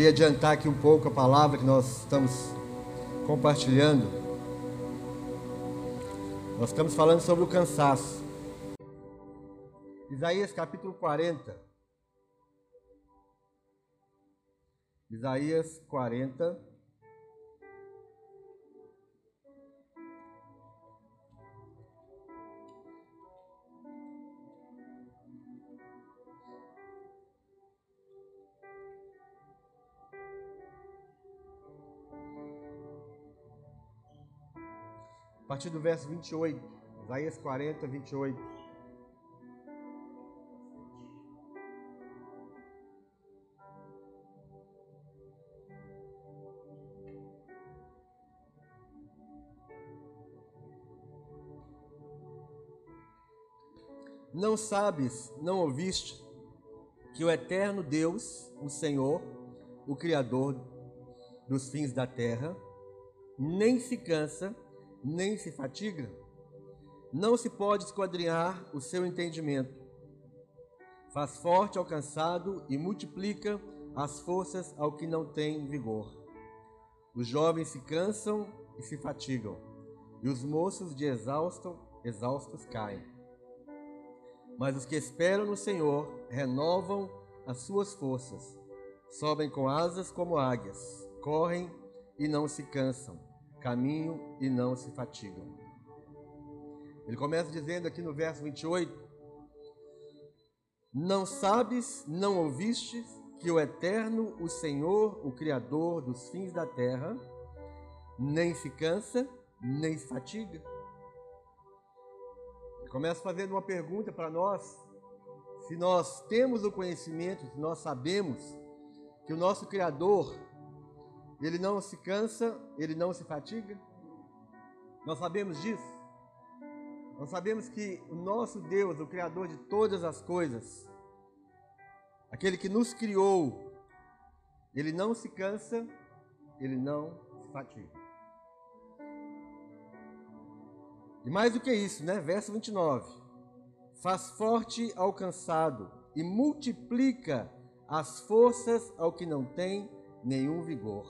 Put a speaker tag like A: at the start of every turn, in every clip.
A: queria adiantar aqui um pouco a palavra que nós estamos compartilhando. Nós estamos falando sobre o cansaço. Isaías capítulo 40. Isaías 40. A partir do verso 28, Isaías 40, 28. Não sabes, não ouviste, que o eterno Deus, o Senhor, o Criador dos fins da terra, nem se cansa, nem se fatiga? Não se pode esquadrinhar o seu entendimento. Faz forte ao cansado e multiplica as forças ao que não tem vigor. Os jovens se cansam e se fatigam, e os moços de exaustos caem. Mas os que esperam no Senhor renovam as suas forças, sobem com asas como águias, correm e não se cansam, caminham e não se fatigam. Ele começa dizendo aqui no verso 28, não sabes, não ouvistes, que o Eterno, o Senhor, o Criador dos fins da terra, nem se cansa, nem se fatiga? Ele começa fazendo uma pergunta para nós, se nós temos o conhecimento, se nós sabemos que o nosso Criador, ele não se cansa, ele não se fatiga? Nós sabemos disso? Nós sabemos que o nosso Deus, o Criador de todas as coisas, aquele que nos criou, ele não se cansa, ele não se fatiga. E mais do que isso, né? Verso 29. Faz forte ao cansado e multiplica as forças ao que não tem nenhum vigor.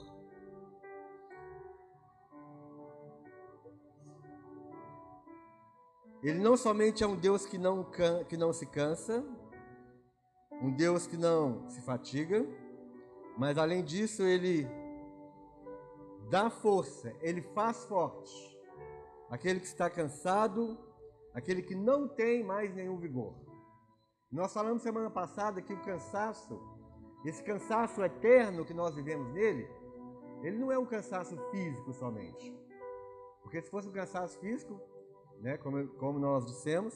A: Ele não somente é um Deus que não se cansa, um Deus que não se fatiga, mas além disso ele dá força, ele faz forte aquele que está cansado, aquele que não tem mais nenhum vigor. Nós falamos semana passada que o cansaço, esse cansaço eterno que nós vivemos nele, ele não é um cansaço físico somente. Porque se fosse um cansaço físico, né, como nós dissemos,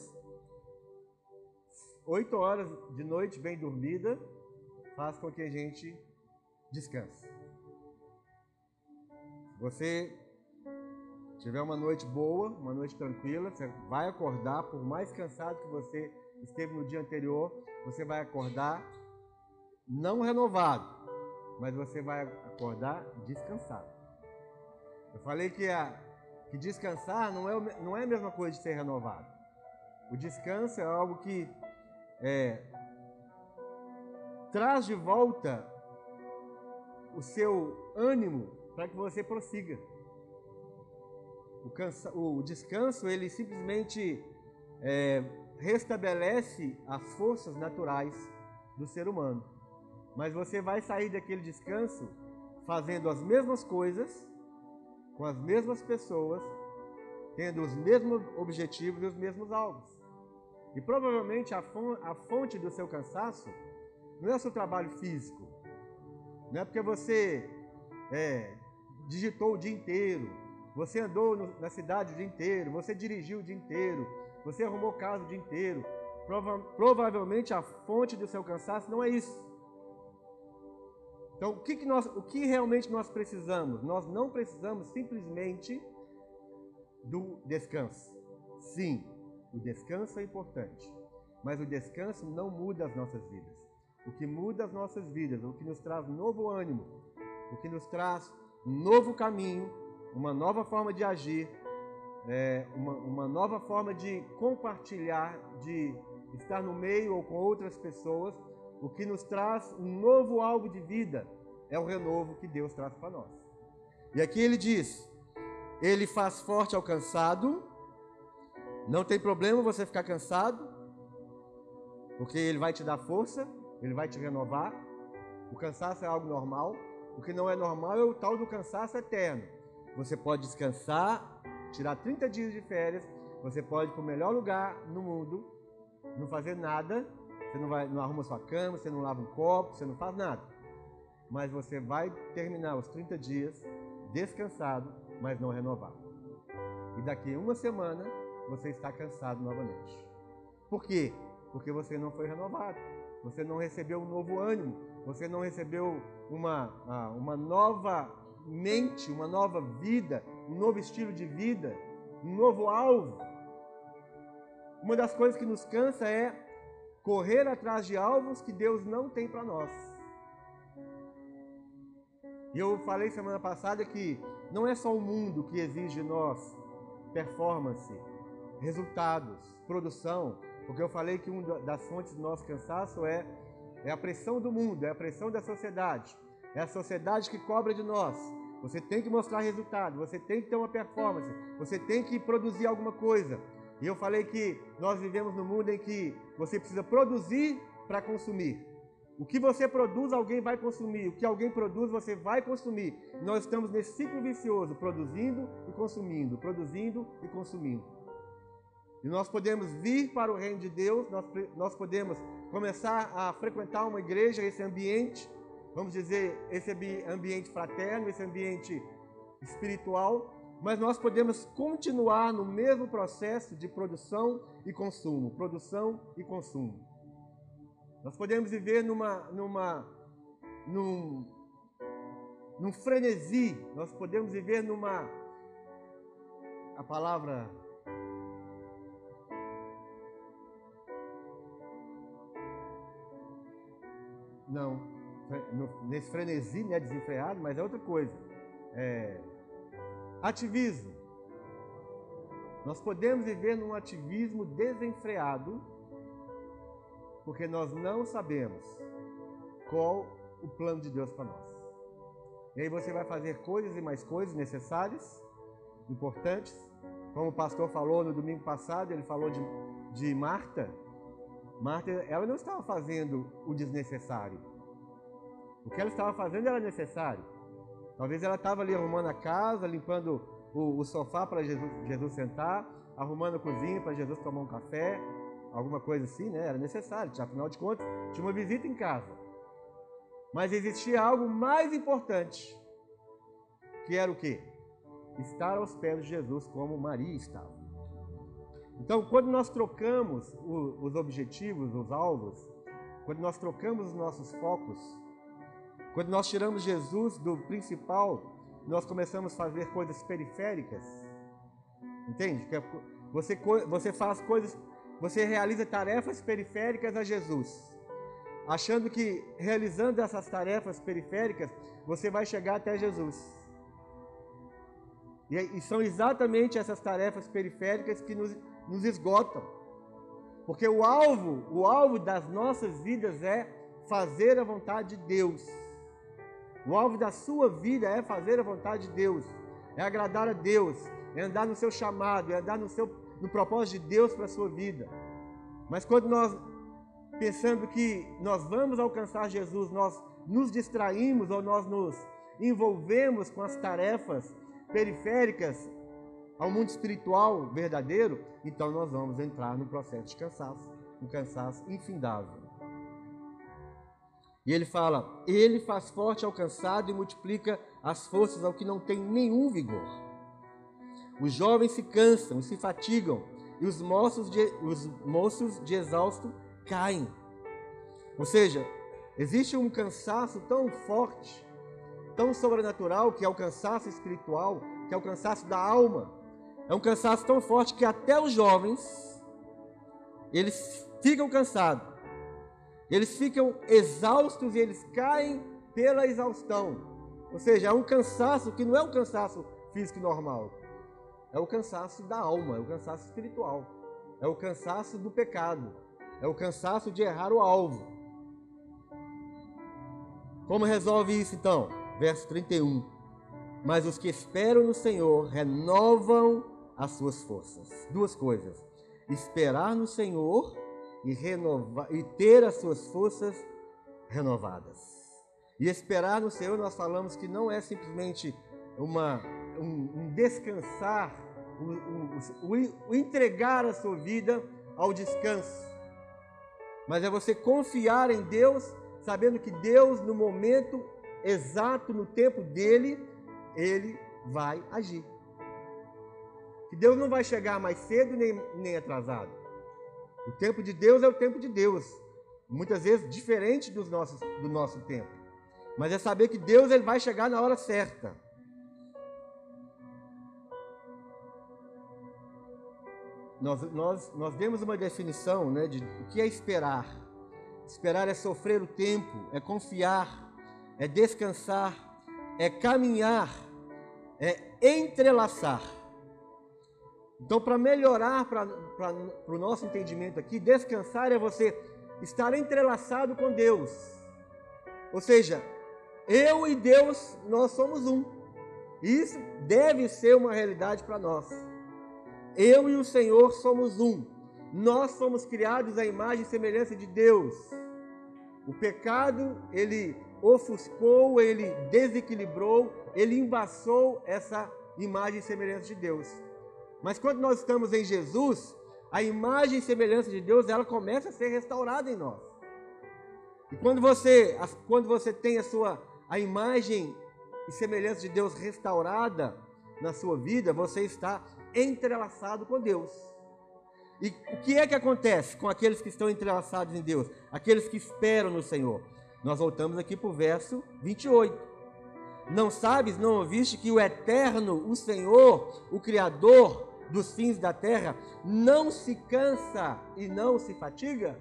A: 8 horas de noite bem dormida faz com que a gente descanse. Se você tiver uma noite boa, uma noite tranquila, você vai acordar, por mais cansado que você esteve no dia anterior, você vai acordar não renovado, mas você vai acordar descansado. Eu falei que descansar não é a mesma coisa de ser renovado. O descanso é algo que traz de volta o seu ânimo para que você prossiga. O descanso, ele simplesmente restabelece as forças naturais do ser humano. Mas você vai sair daquele descanso fazendo as mesmas coisas, com as mesmas pessoas, tendo os mesmos objetivos e os mesmos alvos. E provavelmente a fonte do seu cansaço não é o seu trabalho físico. Não é porque você digitou o dia inteiro, você andou na cidade o dia inteiro, você dirigiu o dia inteiro, você arrumou casa o dia inteiro. Provavelmente a fonte do seu cansaço não é isso. Então, o que realmente nós precisamos? Nós não precisamos simplesmente do descanso. Sim, o descanso é importante, mas o descanso não muda as nossas vidas. O que muda as nossas vidas, o que nos traz novo ânimo, o que nos traz um novo caminho, uma nova forma de agir, uma nova forma de compartilhar, de estar no meio ou com outras pessoas, o que nos traz um novo alvo de vida é o renovo que Deus traz para nós. E aqui ele diz, ele faz forte ao cansado. Não tem problema você ficar cansado, porque ele vai te dar força, ele vai te renovar. O cansaço é algo normal. O que não é normal é o tal do cansaço eterno. Você pode descansar, tirar 30 dias de férias, você pode ir para o melhor lugar no mundo, não fazer nada, você não arruma sua cama, você não lava um copo, você não faz nada. Mas você vai terminar os 30 dias descansado, mas não renovado. E daqui a uma semana, você está cansado novamente. Por quê? Porque você não foi renovado. Você não recebeu um novo ânimo. Você não recebeu uma nova mente, uma nova vida, um novo estilo de vida, um novo alvo. Uma das coisas que nos cansa é correr atrás de alvos que Deus não tem para nós. E eu falei semana passada que não é só o mundo que exige de nós performance, resultados, produção, porque eu falei que uma das fontes do nosso cansaço é a pressão do mundo, é a pressão da sociedade, é a sociedade que cobra de nós. Você tem que mostrar resultado, você tem que ter uma performance, você tem que produzir alguma coisa. E eu falei que nós vivemos num mundo em que você precisa produzir para consumir. O que você produz, alguém vai consumir. O que alguém produz, você vai consumir. Nós estamos nesse ciclo vicioso, produzindo e consumindo, produzindo e consumindo. E nós podemos vir para o reino de Deus, nós podemos começar a frequentar uma igreja, esse ambiente, vamos dizer, esse ambiente fraterno, esse ambiente espiritual, mas nós podemos continuar no mesmo processo de produção e consumo, produção e consumo. Nós podemos viver num frenesi, nós podemos viver a palavra... Não, nesse frenesi, né, desenfreado, mas é outra coisa. Ativismo. Nós podemos viver num ativismo desenfreado, porque nós não sabemos qual o plano de Deus para nós. E aí você vai fazer coisas e mais coisas necessárias, importantes. Como o pastor falou no domingo passado, ele falou de Marta. Marta, ela não estava fazendo o desnecessário. O que ela estava fazendo era necessário. Talvez ela estava ali arrumando a casa, limpando o sofá para Jesus sentar, arrumando a cozinha para Jesus tomar um café, alguma coisa assim, né? Era necessário, afinal de contas, tinha uma visita em casa. Mas existia algo mais importante, que era o quê? Estar aos pés de Jesus como Maria estava. Então, quando nós trocamos os objetivos, os alvos, quando nós trocamos os nossos focos, quando nós tiramos Jesus do principal, nós começamos a fazer coisas periféricas. Entende? Você faz coisas, você realiza tarefas periféricas a Jesus, achando que realizando essas tarefas periféricas, você vai chegar até Jesus. E são exatamente essas tarefas periféricas que nos esgotam. Porque o alvo das nossas vidas é fazer a vontade de Deus. O alvo da sua vida é fazer a vontade de Deus, é agradar a Deus, é andar no seu chamado, é andar no propósito de Deus para a sua vida. Mas quando nós, pensando que nós vamos alcançar Jesus, nós nos distraímos ou nós nos envolvemos com as tarefas periféricas ao mundo espiritual verdadeiro, então nós vamos entrar no processo de cansaço, um cansaço infindável. E ele fala, ele faz forte ao cansado e multiplica as forças ao que não tem nenhum vigor. Os jovens se cansam e se fatigam, e os moços de exausto caem. Ou seja, existe um cansaço tão forte, tão sobrenatural, que é o cansaço espiritual, que é o cansaço da alma. É um cansaço tão forte que até os jovens, eles ficam cansados. Eles ficam exaustos e eles caem pela exaustão. Ou seja, é um cansaço que não é um cansaço físico normal. É o cansaço da alma, é o cansaço espiritual. É o cansaço do pecado. É o cansaço de errar o alvo. Como resolve isso então? Verso 31. Mas os que esperam no Senhor renovam as suas forças. Duas coisas: esperar no Senhor e ter as suas forças renovadas. E esperar no Senhor, nós falamos que não é simplesmente um descansar, o entregar a sua vida ao descanso, mas é você confiar em Deus, sabendo que Deus, no momento exato, no tempo dele, ele vai agir. Que Deus não vai chegar mais cedo nem atrasado. O tempo de Deus é o tempo de Deus, muitas vezes diferente do nosso tempo. Mas é saber que Deus ele vai chegar na hora certa. Nós demos uma definição, né, de o que é esperar. Esperar é sofrer o tempo, é confiar, é descansar, é caminhar, é entrelaçar. Então, para melhorar para o nosso entendimento aqui, descansar é você estar entrelaçado com Deus. Ou seja, eu e Deus, nós somos um. Isso deve ser uma realidade para nós. Eu e o Senhor somos um. Nós somos criados à imagem e semelhança de Deus. O pecado, ele ofuscou, ele desequilibrou, ele embaçou essa imagem e semelhança de Deus. Mas quando nós estamos em Jesus, a imagem e semelhança de Deus, ela começa a ser restaurada em nós. E quando você tem a imagem e semelhança de Deus restaurada na sua vida, você está entrelaçado com Deus. E o que é que acontece com aqueles que estão entrelaçados em Deus? Aqueles que esperam no Senhor. Nós voltamos aqui para o verso 28. Não sabes, não ouviste que o Eterno, o Senhor, o Criador dos fins da terra, não se cansa e não se fatiga?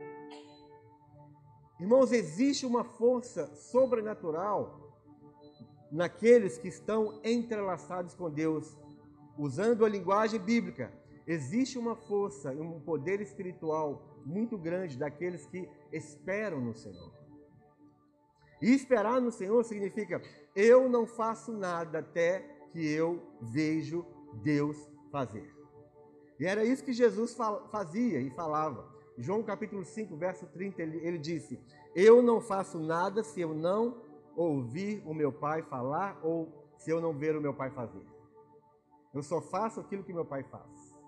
A: Irmãos, existe uma força sobrenatural naqueles que estão entrelaçados com Deus. Usando a linguagem bíblica, existe uma força e um poder espiritual muito grande daqueles que esperam no Senhor. E esperar no Senhor significa: eu não faço nada até que eu vejo Deus fazer. E era isso que Jesus fazia e falava. João capítulo 5, verso 30, ele disse: eu não faço nada se eu não ouvir o meu Pai falar ou se eu não ver o meu Pai fazer. Eu só faço aquilo que meu Pai faz.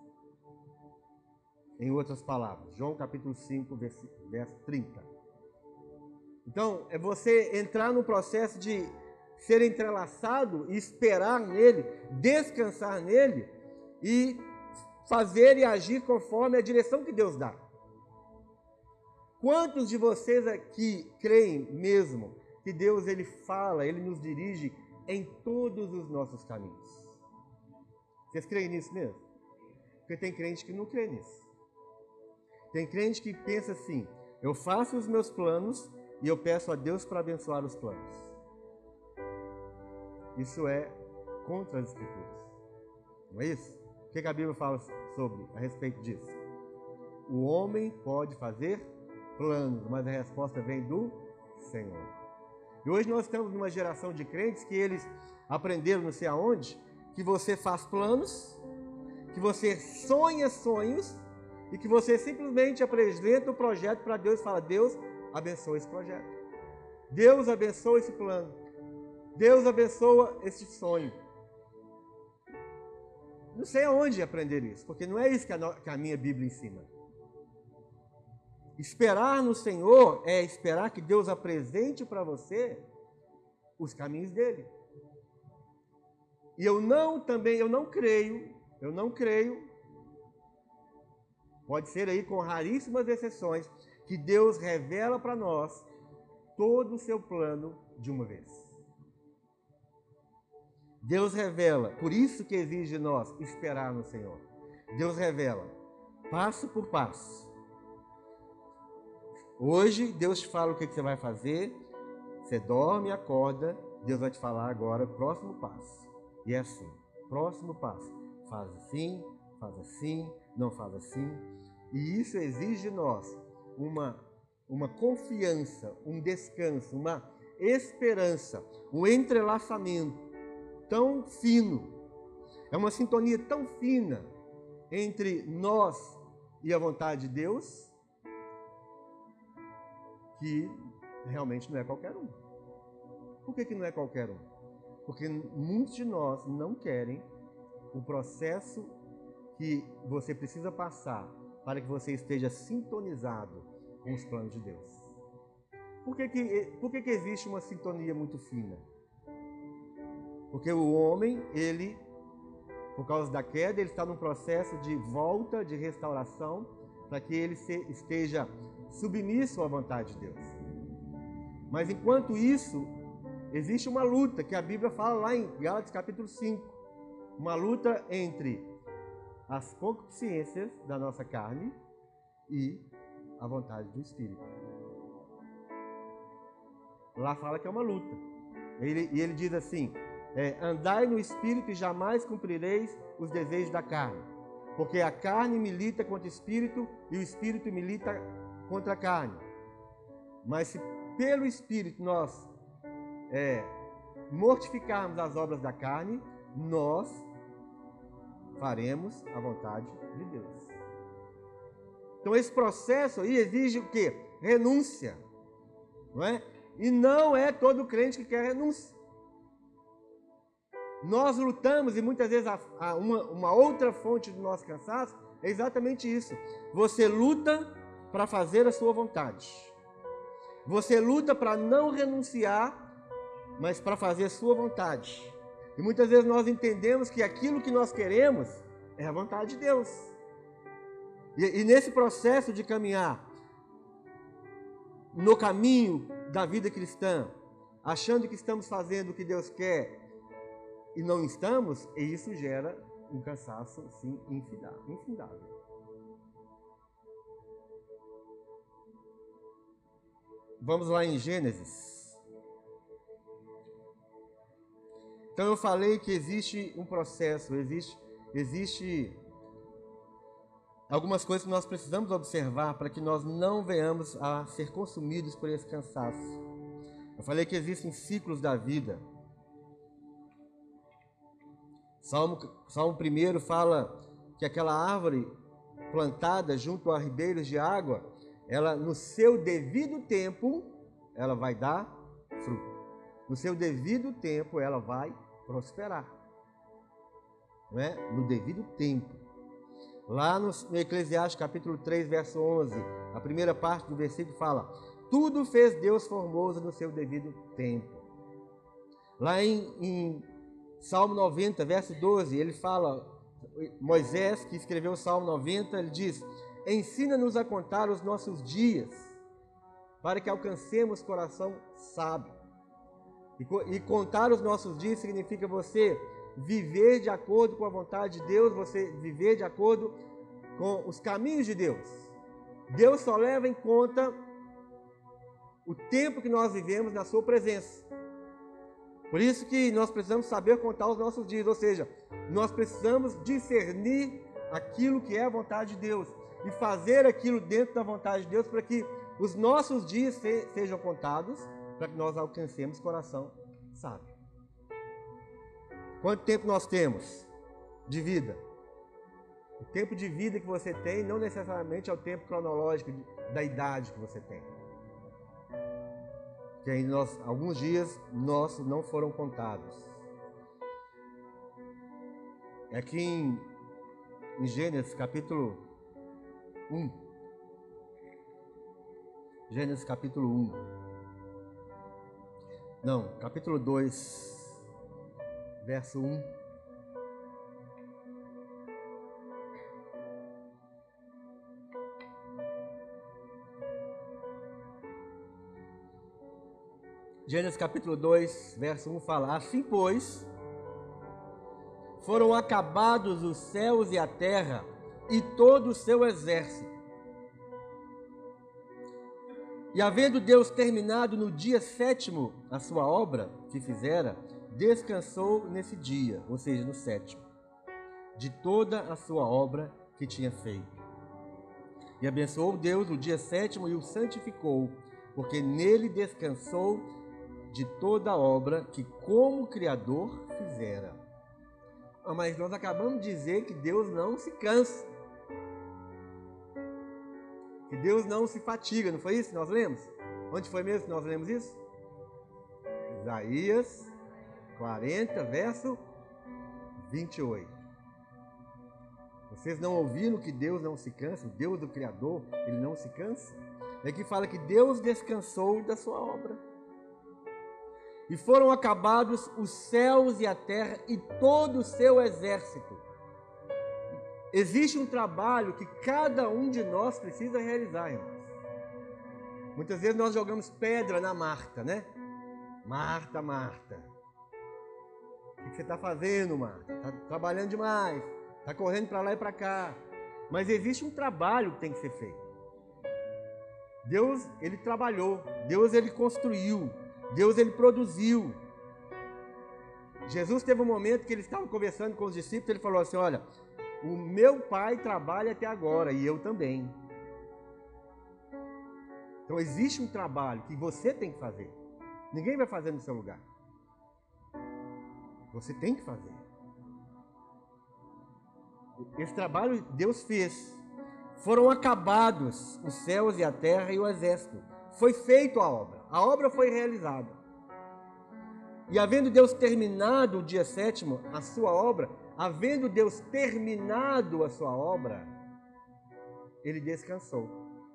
A: Em outras palavras, João capítulo 5, verso 30. Então, é você entrar no processo de ser entrelaçado e esperar nele, descansar nele e fazer e agir conforme a direção que Deus dá. Quantos de vocês aqui creem mesmo que Deus ele fala, ele nos dirige em todos os nossos caminhos? Vocês creem nisso mesmo? Porque tem crente que não crê nisso. Tem crente que pensa assim: eu faço os meus planos e eu peço a Deus para abençoar os planos. Isso é contra as Escrituras. Não é isso? O que a Bíblia fala a respeito disso? O homem pode fazer planos, mas a resposta vem do Senhor. E hoje nós estamos numa geração de crentes que eles aprenderam não sei aonde, que você faz planos, que você sonha sonhos e que você simplesmente apresenta o projeto para Deus e fala: Deus, abençoa esse projeto. Deus abençoa esse plano. Deus abençoa esse sonho. Não sei aonde aprender isso, porque não é isso que a minha Bíblia ensina. Esperar no Senhor é esperar que Deus apresente para você os caminhos dele. E eu não creio, pode ser aí com raríssimas exceções, que Deus revela para nós todo o seu plano de uma vez. Deus revela, por isso que exige de nós esperar no Senhor. Deus revela, passo por passo. Hoje, Deus te fala o que você vai fazer, você dorme, acorda, Deus vai te falar agora, próximo passo. E é assim, próximo passo, faz assim, não faz assim. E isso exige de nós uma confiança, um descanso, uma esperança, um entrelaçamento tão fino, é uma sintonia tão fina entre nós e a vontade de Deus, que realmente não é qualquer um. Por que não é qualquer um? Porque muitos de nós não querem o processo que você precisa passar para que você esteja sintonizado com os planos de Deus. Por que existe uma sintonia muito fina? Porque o homem, ele, por causa da queda, ele está num processo de volta, de restauração, para que ele esteja submisso à vontade de Deus. Mas enquanto isso, existe uma luta que a Bíblia fala lá em Gálatas capítulo 5. Uma luta entre as concupiscências da nossa carne e a vontade do Espírito. Lá fala que é uma luta. E ele diz assim, andai no Espírito e jamais cumprireis os desejos da carne. Porque a carne milita contra o Espírito e o Espírito milita contra a carne. Mas se pelo Espírito nós mortificarmos as obras da carne, nós faremos a vontade de Deus. Então esse processo aí exige o quê? Renúncia, não é? E não é todo crente que quer renúncia. Nós lutamos e muitas vezes uma outra fonte do nosso cansaço é exatamente isso. Você luta para fazer a sua vontade. Você luta para não renunciar, mas para fazer a sua vontade. E muitas vezes nós entendemos que aquilo que nós queremos é a vontade de Deus. E nesse processo de caminhar no caminho da vida cristã, achando que estamos fazendo o que Deus quer e não estamos, e isso gera um cansaço, sim, infindável. Vamos lá em Gênesis. Então eu falei que existe um processo, existe algumas coisas que nós precisamos observar para que nós não venhamos a ser consumidos por esse cansaço. Eu falei que existem ciclos da vida. Salmo 1 fala que aquela árvore plantada junto a ribeiros de água, ela no seu devido tempo, ela vai dar fruto. No seu devido tempo, ela vai prosperar. Não é? No devido tempo. Lá no Eclesiastes capítulo 3, verso 11, a primeira parte do versículo fala: tudo fez Deus formoso no seu devido tempo. Lá em Salmo 90, verso 12, ele fala, Moisés, que escreveu o Salmo 90, ele diz: ensina-nos a contar os nossos dias, para que alcancemos coração sábio. E contar os nossos dias significa você viver de acordo com a vontade de Deus, você viver de acordo com os caminhos de Deus. Deus só leva em conta o tempo que nós vivemos na sua presença. Por isso que nós precisamos saber contar os nossos dias, ou seja, nós precisamos discernir aquilo que é a vontade de Deus e fazer aquilo dentro da vontade de Deus para que os nossos dias sejam contados, para que nós alcancemos coração sábio. Quanto tempo nós temos de vida? O tempo de vida que você tem não necessariamente é o tempo cronológico da idade que você tem. Que ainda alguns dias nossos não foram contados. Aqui em Gênesis capítulo 1. Gênesis capítulo 1. Não, capítulo 2, verso 1. Gênesis capítulo 2, verso 1 fala: assim, pois, foram acabados os céus e a terra e todo o seu exército. E havendo Deus terminado no dia 7º a sua obra que fizera, descansou nesse dia, ou seja, no 7º, de toda a sua obra que tinha feito. E abençoou Deus o dia 7º e o santificou, porque nele descansou de toda a obra que como Criador fizera. Mas nós acabamos de dizer que Deus não se cansa, que Deus não se fatiga, não foi isso que nós lemos? Onde foi mesmo que nós lemos isso? Isaías 40, verso 28. Vocês não ouviram que Deus não se cansa? O Deus do Criador, Ele não se cansa? Aqui fala que Deus descansou da sua obra. E foram acabados os céus e a terra e todo o seu exército. Existe um trabalho que cada um de nós precisa realizar, irmãos. Muitas vezes nós jogamos pedra na Marta, né? Marta, Marta. O que você está fazendo, Marta? Está trabalhando demais. Está correndo para lá e para cá. Mas existe um trabalho que tem que ser feito. Deus, Ele trabalhou. Deus, Ele construiu. Deus, Ele produziu. Jesus teve um momento que Ele estava conversando com os discípulos. Ele falou assim, olha, o meu Pai trabalha até agora e eu também. Então existe um trabalho que você tem que fazer. Ninguém vai fazer no seu lugar. Você tem que fazer. Esse trabalho Deus fez. Foram acabados os céus e a terra e o exército. Foi feita a obra. A obra foi realizada. E havendo Deus terminado o dia sétimo, a sua obra, havendo Deus terminado a sua obra, Ele descansou.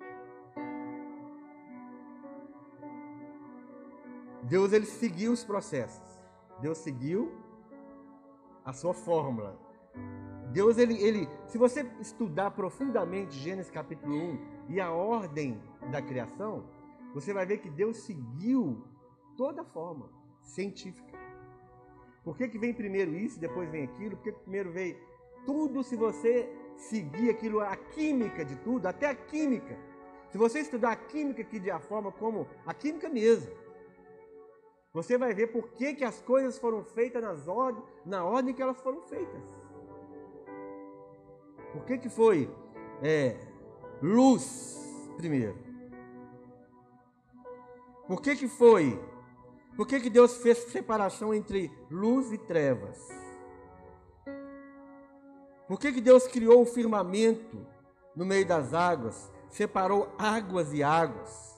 A: Deus, Ele seguiu os processos. Deus seguiu a sua fórmula. Deus, se você estudar profundamente Gênesis capítulo 1 e a ordem da criação, você vai ver que Deus seguiu toda a forma científica. Por que vem primeiro isso, depois vem aquilo? Por que primeiro veio tudo? Se você seguir aquilo, a química de tudo, até a química. Se você estudar a química aqui de a forma como a química mesmo, você vai ver por que as coisas foram feitas na ordem que elas foram feitas. Por que foi luz primeiro? Por que foi? Por que Deus fez separação entre luz e trevas? Por que Deus criou o firmamento no meio das águas, separou águas e águas?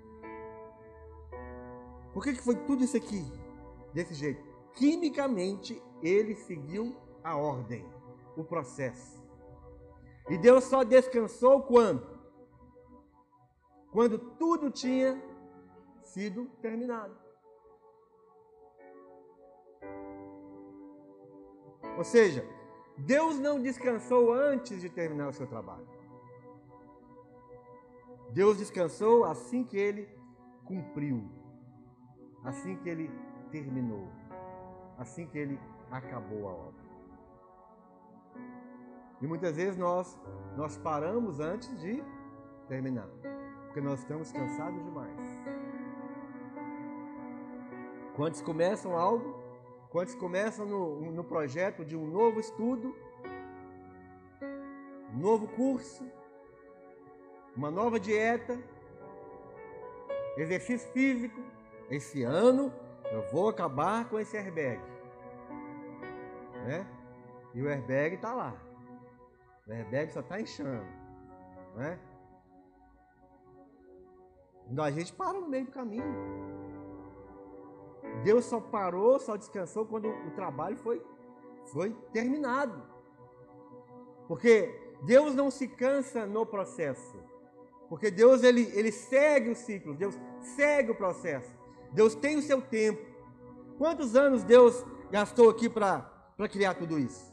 A: Por que foi tudo isso aqui desse jeito? Quimicamente, Ele seguiu a ordem, o processo. E Deus só descansou quando? Quando tudo tinha sido terminado. Ou seja, Deus não descansou antes de terminar o seu trabalho. Deus descansou assim que Ele cumpriu, assim que Ele terminou, assim que Ele acabou a obra. E muitas vezes nós paramos antes de terminar, porque nós estamos cansados demais. Quantos começam algo, quantos começam no projeto de um novo estudo, um novo curso, uma nova dieta, exercício físico. Esse ano eu vou acabar com esse airbag, né? E o airbag está lá. O airbag só está inchando, né? Então a gente para no meio do caminho. Deus só parou, só descansou quando o trabalho foi terminado. Porque Deus não se cansa no processo. Porque Deus ele segue o ciclo, Deus segue o processo. Deus tem o seu tempo. Quantos anos Deus gastou aqui para criar tudo isso?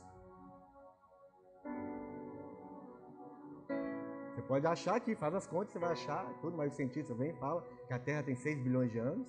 A: Você pode achar aqui, faz as contas, você vai achar tudo, mas os cientistas vêm e falam que a Terra tem 6 bilhões de anos.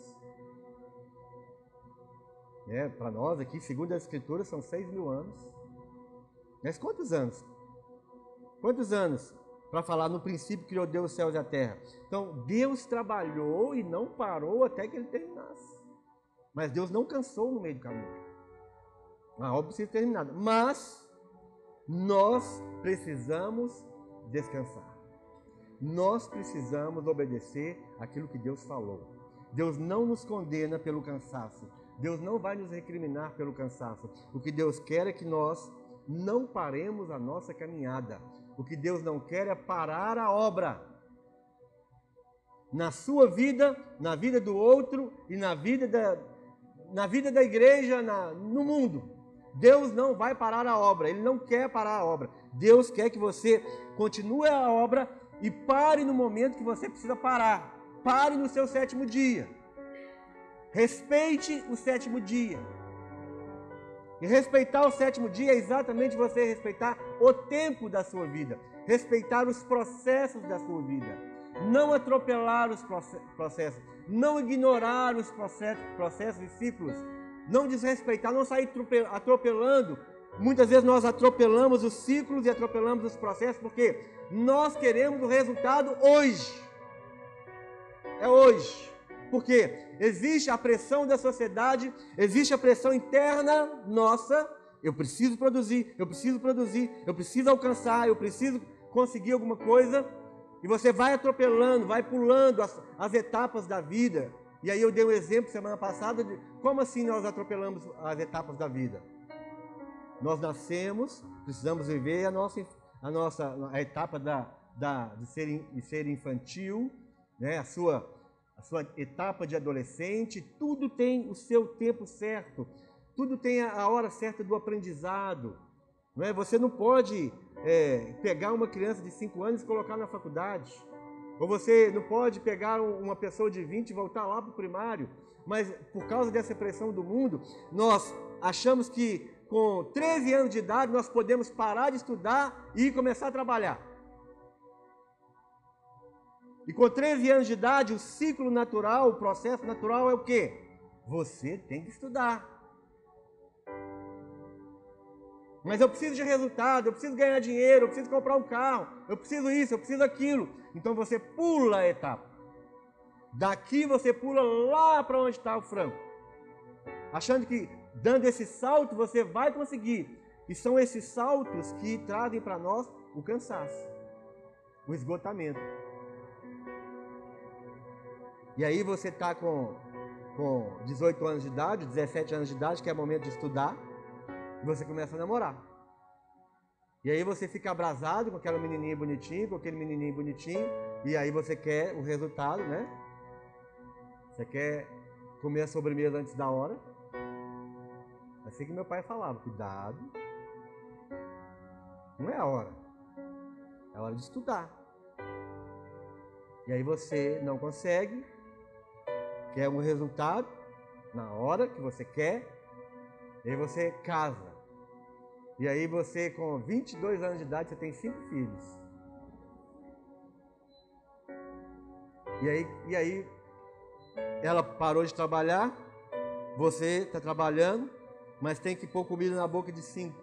A: Para nós aqui, segundo as Escrituras, são 6 mil anos. Mas quantos anos? Quantos anos para falar no princípio criou Deus os céus e a terra? Então, Deus trabalhou e não parou até que Ele terminasse. Mas Deus não cansou no meio do caminho. A obra precisa ser terminada. Mas nós precisamos descansar. Nós precisamos obedecer aquilo que Deus falou. Deus não nos condena pelo cansaço. Deus não vai nos recriminar pelo cansaço. O que Deus quer é que nós não paremos a nossa caminhada. O que Deus não quer é parar a obra. Na sua vida, na vida do outro e na vida da igreja, no mundo. Deus não vai parar a obra. Ele não quer parar a obra. Deus quer que você continue a obra e pare no momento que você precisa parar. Pare no seu 7º dia. Respeite o 7º dia. E respeitar o 7º dia é exatamente você respeitar o tempo da sua vida. Respeitar os processos da sua vida. Não atropelar os processos. Não ignorar os processos e ciclos. Não desrespeitar, não sair atropelando. Muitas vezes nós atropelamos os ciclos e atropelamos os processos porque nós queremos o resultado hoje. É hoje. Porque existe a pressão da sociedade, existe a pressão interna nossa. Eu preciso produzir, eu preciso alcançar, eu preciso conseguir alguma coisa. E você vai atropelando, vai pulando as etapas da vida. E aí eu dei um exemplo semana passada de como assim nós atropelamos as etapas da vida. Nós nascemos, precisamos viver a etapa de ser infantil, né? a sua etapa de adolescente. Tudo tem o seu tempo certo, tudo tem a hora certa do aprendizado. Não é? Você não pode pegar uma criança de 5 anos e colocar na faculdade. Ou você não pode pegar uma pessoa de 20 e voltar lá para o primário. Mas por causa dessa pressão do mundo, nós achamos que com 13 anos de idade nós podemos parar de estudar e começar a trabalhar. E com 13 anos de idade, o ciclo natural, o processo natural é o quê? Você tem que estudar. Mas eu preciso de resultado, eu preciso ganhar dinheiro, eu preciso comprar um carro, eu preciso isso, eu preciso aquilo. Então você pula a etapa. Daqui você pula lá para onde está o frango. Achando que dando esse salto você vai conseguir. E são esses saltos que trazem para nós o cansaço, o esgotamento. E aí você está com 18 anos de idade, 17 anos de idade, que é o momento de estudar. E você começa a namorar. E aí você fica abrasado com aquela menininha bonitinha, com aquele menininho bonitinho. E aí você quer o resultado, né? Você quer comer a sobremesa antes da hora. Assim que meu pai falava, cuidado. Não é a hora. É a hora de estudar. E aí você não consegue. Quer um resultado na hora que você quer. E aí você casa. E aí você, com 22 anos de idade, você tem 5 filhos. E aí ela parou de trabalhar, você está trabalhando, mas tem que pôr comida na boca de 5.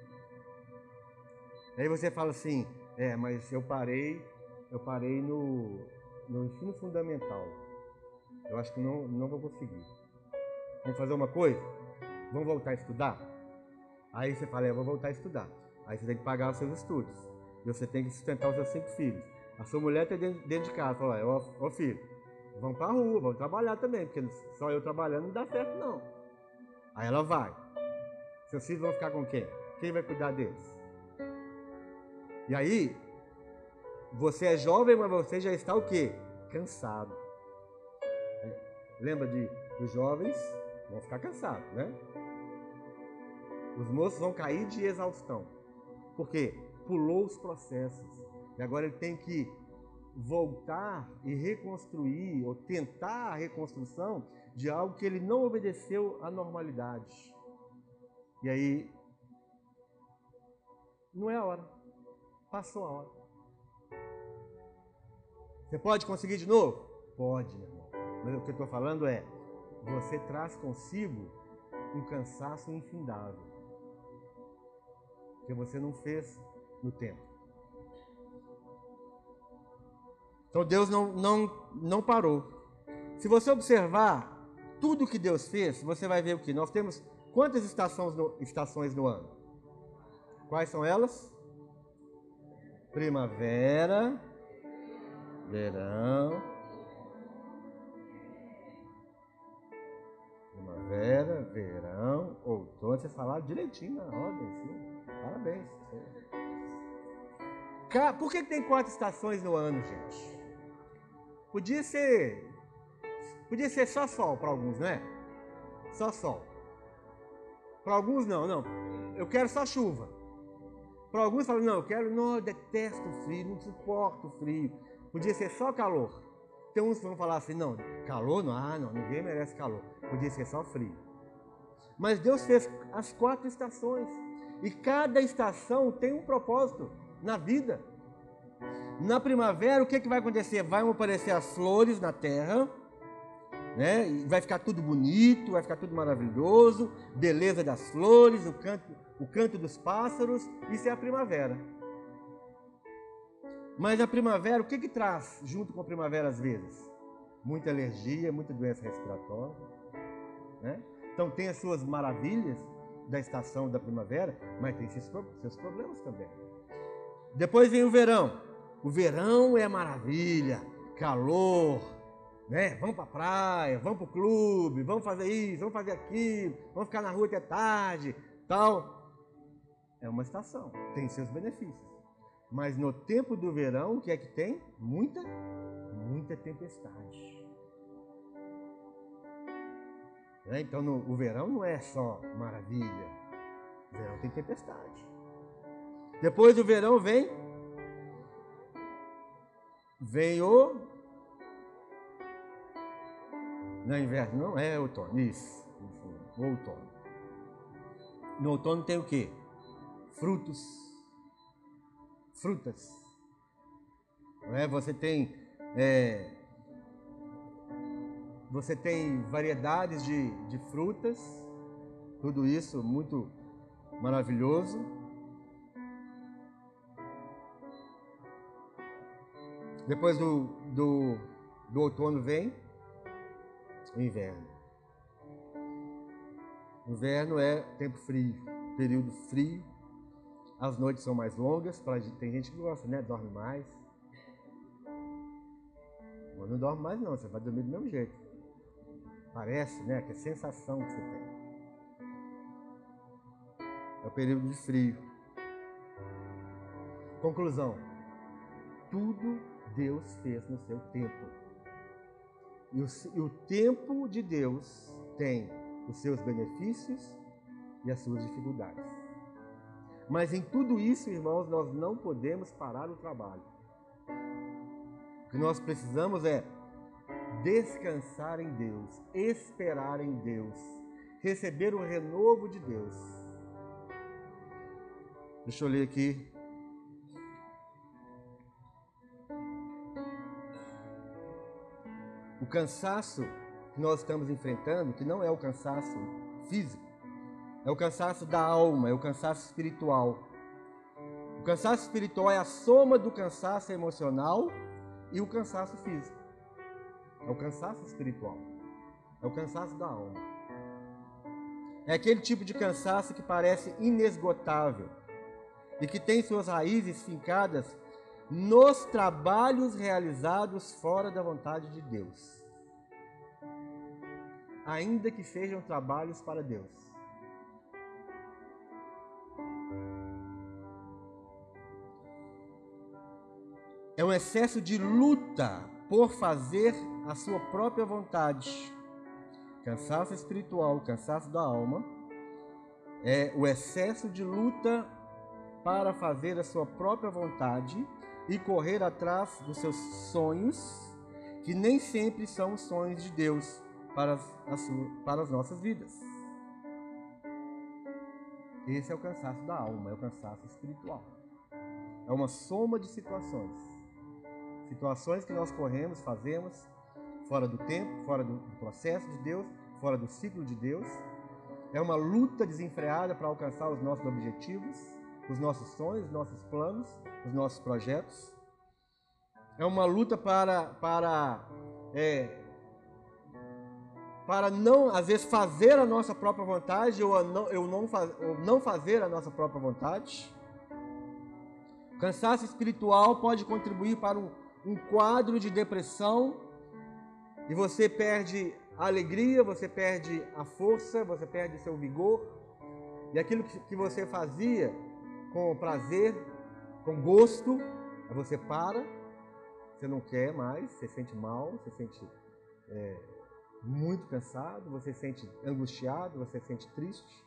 A: Aí você fala assim, mas eu parei no ensino fundamental. Eu acho que não vou conseguir. Vamos fazer uma coisa? Vamos voltar a estudar? Aí você fala, eu vou voltar a estudar. Aí você tem que pagar os seus estudos. E você tem que sustentar os seus 5 filhos. A sua mulher está dentro de casa. Fala, ó filho, vamos para a rua, vamos trabalhar também. Porque só eu trabalhando não dá certo não. Aí ela vai. Seus filhos vão ficar com quem? Quem vai cuidar deles? E aí, você é jovem, mas você já está o quê? Cansado. Lembra os jovens vão ficar cansados, né? Os moços vão cair de exaustão. Por quê? Pulou os processos. E agora ele tem que voltar e reconstruir, ou tentar a reconstrução de algo que ele não obedeceu à normalidade. E aí, não é a hora. Passou a hora. Você pode conseguir de novo? Pode, meu irmão. Mas o que eu estou falando é, você traz consigo um cansaço infindável. Que você não fez no tempo. Então Deus não parou. Se você observar tudo que Deus fez, você vai ver o que? Nós temos quantas estações no ano? Quais são elas? Primavera, verão, verão, outono, vocês falaram direitinho na ordem, sim. Parabéns. Por que tem 4 estações no ano, gente? Podia ser só sol para alguns, não é? Só sol. Para alguns não. Eu quero só chuva. Para alguns falam, não, eu detesto o frio, não suporto o frio. Podia ser só calor. Tem uns que vão falar assim, não, calor não, ninguém merece calor. Podia ser só frio. Mas Deus fez as 4 estações. E cada estação tem um propósito na vida. Na primavera, o que vai acontecer? Vai aparecer as flores na terra, né? E vai ficar tudo bonito, vai ficar tudo maravilhoso, beleza das flores, o canto dos pássaros, isso é a primavera. Mas a primavera, o que traz junto com a primavera às vezes? Muita alergia, muita doença respiratória, né? Então tem as suas maravilhas da estação da primavera, mas tem seus problemas também. Depois vem o verão. O verão é maravilha, calor, né? Vamos para a praia, vamos para o clube, vamos fazer isso, vamos fazer aquilo, vamos ficar na rua até tarde, tal. É uma estação, tem seus benefícios. Mas no tempo do verão, o que é que tem? Muita tempestade. Então o verão não é só maravilha, o verão tem tempestade. Depois do verão vem o... Não é inverno, não, é outono, isso, o outono. No outono tem o quê? Frutas. Você tem variedades de frutas, tudo isso muito maravilhoso. Depois do outono vem o inverno. O inverno é tempo frio, período frio. As noites são mais longas, tem gente que gosta, né? Dorme mais. Mas não dorme mais não, você vai dormir do mesmo jeito. Parece, né? Que é a sensação que você tem. É o período de frio. Conclusão. Tudo Deus fez no seu tempo. E o tempo de Deus tem os seus benefícios e as suas dificuldades. Mas em tudo isso, irmãos, nós não podemos parar o trabalho. O que nós precisamos é descansar em Deus, esperar em Deus, receber o renovo de Deus. Deixa eu ler aqui. O cansaço que nós estamos enfrentando, que não é o cansaço físico, é o cansaço da alma, é o cansaço espiritual. O cansaço espiritual é a soma do cansaço emocional e o cansaço físico. É o cansaço espiritual. É o cansaço da alma. É aquele tipo de cansaço que parece inesgotável e que tem suas raízes fincadas nos trabalhos realizados fora da vontade de Deus. Ainda que sejam trabalhos para Deus. É um excesso de luta por fazer a sua própria vontade. Cansaço espiritual, cansaço da alma, é o excesso de luta para fazer a sua própria vontade e correr atrás dos seus sonhos, que nem sempre são os sonhos de Deus para as nossas vidas. Esse é o cansaço da alma, é o cansaço espiritual. É uma soma de situações. Situações que nós corremos, fazemos, fora do tempo, fora do processo de Deus, fora do ciclo de Deus. É uma luta desenfreada para alcançar os nossos objetivos, os nossos sonhos, os nossos planos, os nossos projetos. É uma luta para não, às vezes, fazer a nossa própria vontade ou não fazer a nossa própria vontade. O cansaço espiritual pode contribuir para um quadro de depressão e você perde a alegria, você perde a força, você perde seu vigor. E aquilo que você fazia com prazer, com gosto, você para, você não quer mais, você sente mal, você sente muito cansado, você sente angustiado, você sente triste.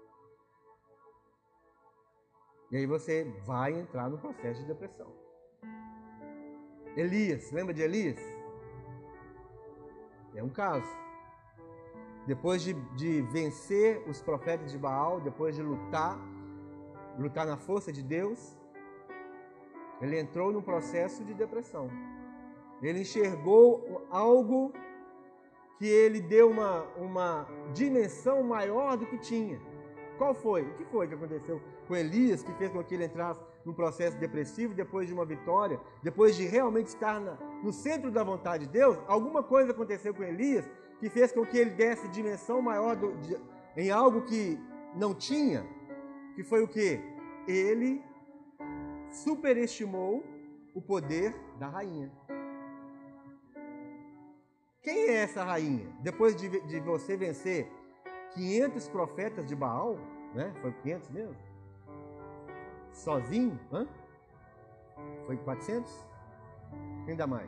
A: E aí você vai entrar no processo de depressão. Elias, lembra de Elias? É um caso. Depois de vencer os profetas de Baal, depois de lutar na força de Deus, ele entrou num processo de depressão. Ele enxergou algo que ele deu uma dimensão maior do que tinha. Qual foi? O que foi que aconteceu com Elias, que fez com que ele entrasse num processo depressivo, depois de uma vitória, depois de realmente estar no centro da vontade de Deus? Alguma coisa aconteceu com Elias que fez com que ele desse dimensão maior em algo que não tinha, que foi o quê? Ele superestimou o poder da rainha. Quem é essa rainha? Depois de você vencer 500 profetas de Baal, né? Foi 500 mesmo? Sozinho? Hã? Foi 400? Ainda mais.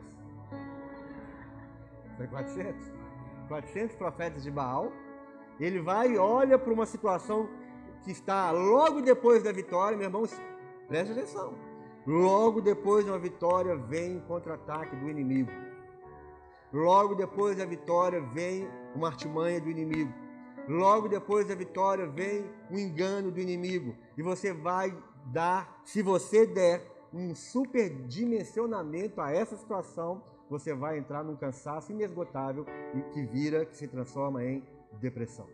A: Foi 400? 400 profetas de Baal. Ele vai e olha para uma situação que está logo depois da vitória, meu irmão, preste atenção. Logo depois de uma vitória vem o contra-ataque do inimigo. Logo depois da vitória vem uma artimanha do inimigo. Logo depois da vitória vem um engano do inimigo. E você vai dar, se você der um superdimensionamento a essa situação, você vai entrar num cansaço inesgotável e que se transforma em depressão.